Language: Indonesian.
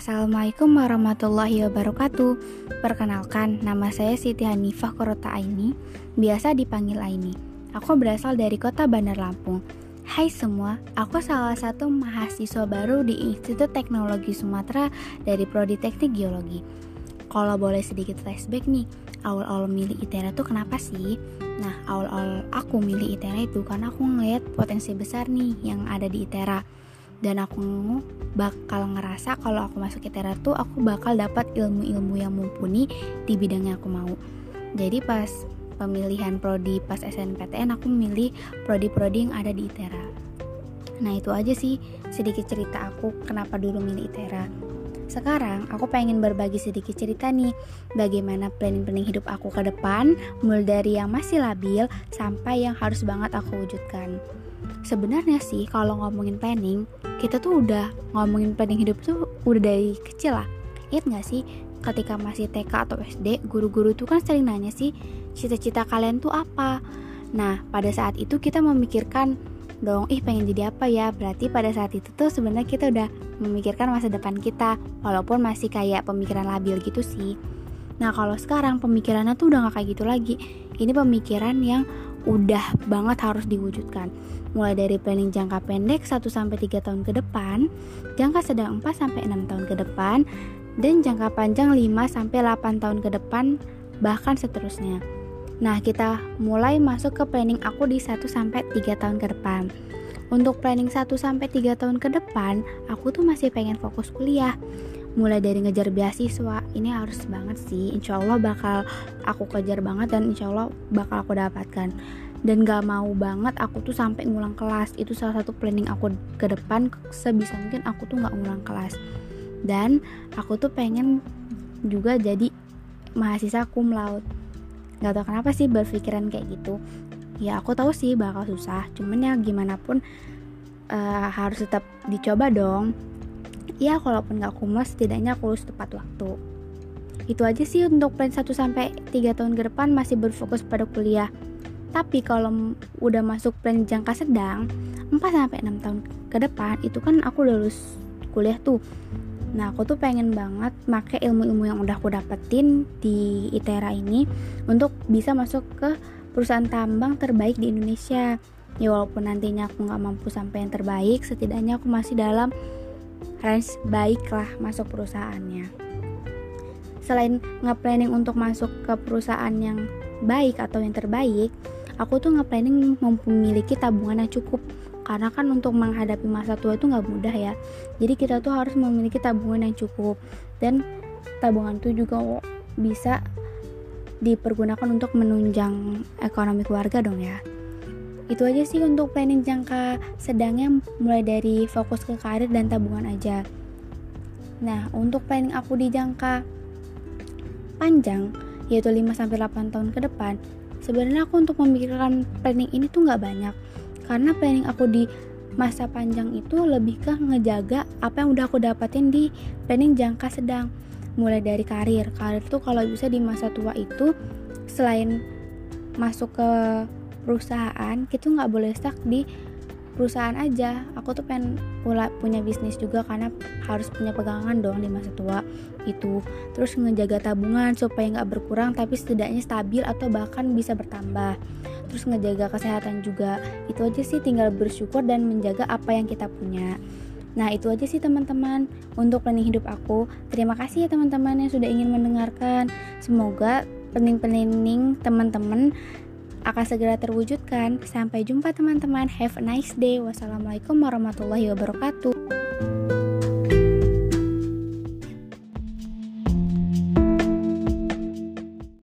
Assalamualaikum warahmatullahi wabarakatuh. Perkenalkan, nama saya Siti Hanifah Korota Aini, biasa dipanggil Aini. Aku berasal dari kota Bandar Lampung. Hai semua, aku salah satu mahasiswa baru di Institut Teknologi Sumatera dari Prodi Teknik Geologi. Kalau boleh sedikit flashback nih, awal-awal milih ITERA tuh kenapa sih? Nah, awal-awal aku milih ITERA itu karena aku ngeliat potensi besar nih yang ada di ITERA. Dan aku bakal ngerasa kalau aku masuk ITERA tuh aku bakal dapat ilmu-ilmu yang mumpuni di bidang yang aku mau. Jadi pas pemilihan prodi pas SNPTN aku memilih prodi-prodi yang ada di ITERA. Nah itu aja sih sedikit cerita aku kenapa dulu milih ITERA. Sekarang aku pengen berbagi sedikit cerita nih bagaimana planning hidup aku ke depan, mulai dari yang masih labil sampai yang harus banget aku wujudkan. Sebenarnya sih kalau ngomongin planning, kita tuh udah ngomongin planning hidup tuh udah dari kecil lah. Ingat gak sih ketika masih TK atau SD, guru-guru tuh kan sering nanya sih cita-cita kalian tuh apa. Nah pada saat itu kita memikirkan dong, pengen jadi apa ya. Berarti pada saat itu tuh sebenarnya kita udah memikirkan masa depan kita, walaupun masih kayak pemikiran labil gitu sih. Nah kalau sekarang pemikirannya tuh udah gak kayak gitu lagi. Ini pemikiran yang udah banget harus diwujudkan. Mulai dari planning jangka pendek 1-3 tahun ke depan, jangka sedang 4-6 tahun ke depan, dan jangka panjang 5-8 tahun ke depan, bahkan seterusnya. Nah, kita mulai masuk ke planning aku di 1-3 tahun ke depan. Untuk planning 1-3 tahun ke depan, aku tuh masih pengen fokus kuliah. Mulai dari ngejar beasiswa, ini harus banget sih. Insya Allah bakal aku kejar banget dan insya Allah bakal aku dapatkan. Dan gak mau banget aku tuh sampai ngulang kelas. Itu salah satu planning aku ke depan. Sebisa mungkin aku tuh gak ngulang kelas. Dan aku tuh pengen juga jadi mahasiswa cum laude. Gak tau kenapa sih berpikiran kayak gitu. Ya aku tahu sih bakal susah, cuman ya gimana pun harus tetap dicoba dong. Ya kalaupun gak kumas, setidaknya aku lulus tepat waktu. Itu aja sih untuk plan 1-3 tahun ke depan, masih berfokus pada kuliah. Tapi kalau udah masuk plan jangka sedang 4-6 tahun ke depan, itu kan aku udah lulus kuliah tuh. Nah aku tuh pengen banget pakai ilmu-ilmu yang udah aku dapetin di ITERA ini untuk bisa masuk ke perusahaan tambang terbaik di Indonesia. Ya walaupun nantinya aku gak mampu sampai yang terbaik, setidaknya aku masih dalam range baik lah masuk perusahaannya. Selain nge-planning untuk masuk ke perusahaan yang baik atau yang terbaik, aku tuh nge-planning memiliki tabungan yang cukup. Karena kan untuk menghadapi masa tua itu gak mudah ya. Jadi kita tuh harus memiliki tabungan yang cukup. Dan tabungan itu juga bisa dipergunakan untuk menunjang ekonomi keluarga dong ya. Itu aja sih untuk planning jangka sedangnya, mulai dari fokus ke karir dan tabungan aja. Nah untuk planning aku di jangka panjang, yaitu 5-8 tahun ke depan, sebenarnya aku untuk memikirkan planning ini tuh gak banyak. Karena planning aku di masa panjang itu lebih ke ngejaga apa yang udah aku dapatin di planning jangka sedang. Mulai dari karir tuh kalau bisa di masa tua itu, selain masuk ke perusahaan, kita nggak boleh stuck di perusahaan aja. Aku tuh pengen punya bisnis juga, karena harus punya pegangan dong di masa tua itu. Terus ngejaga tabungan supaya nggak berkurang, tapi setidaknya stabil atau bahkan bisa bertambah. Terus ngejaga kesehatan juga. Itu aja sih, tinggal bersyukur dan menjaga apa yang kita punya. Nah itu aja sih teman-teman untuk planning hidup aku. Terima kasih ya teman-teman yang sudah ingin mendengarkan. Semoga planning teman-teman akan segera terwujudkan. Sampai jumpa teman-teman. Have a nice day. Wassalamualaikum warahmatullahi wabarakatuh.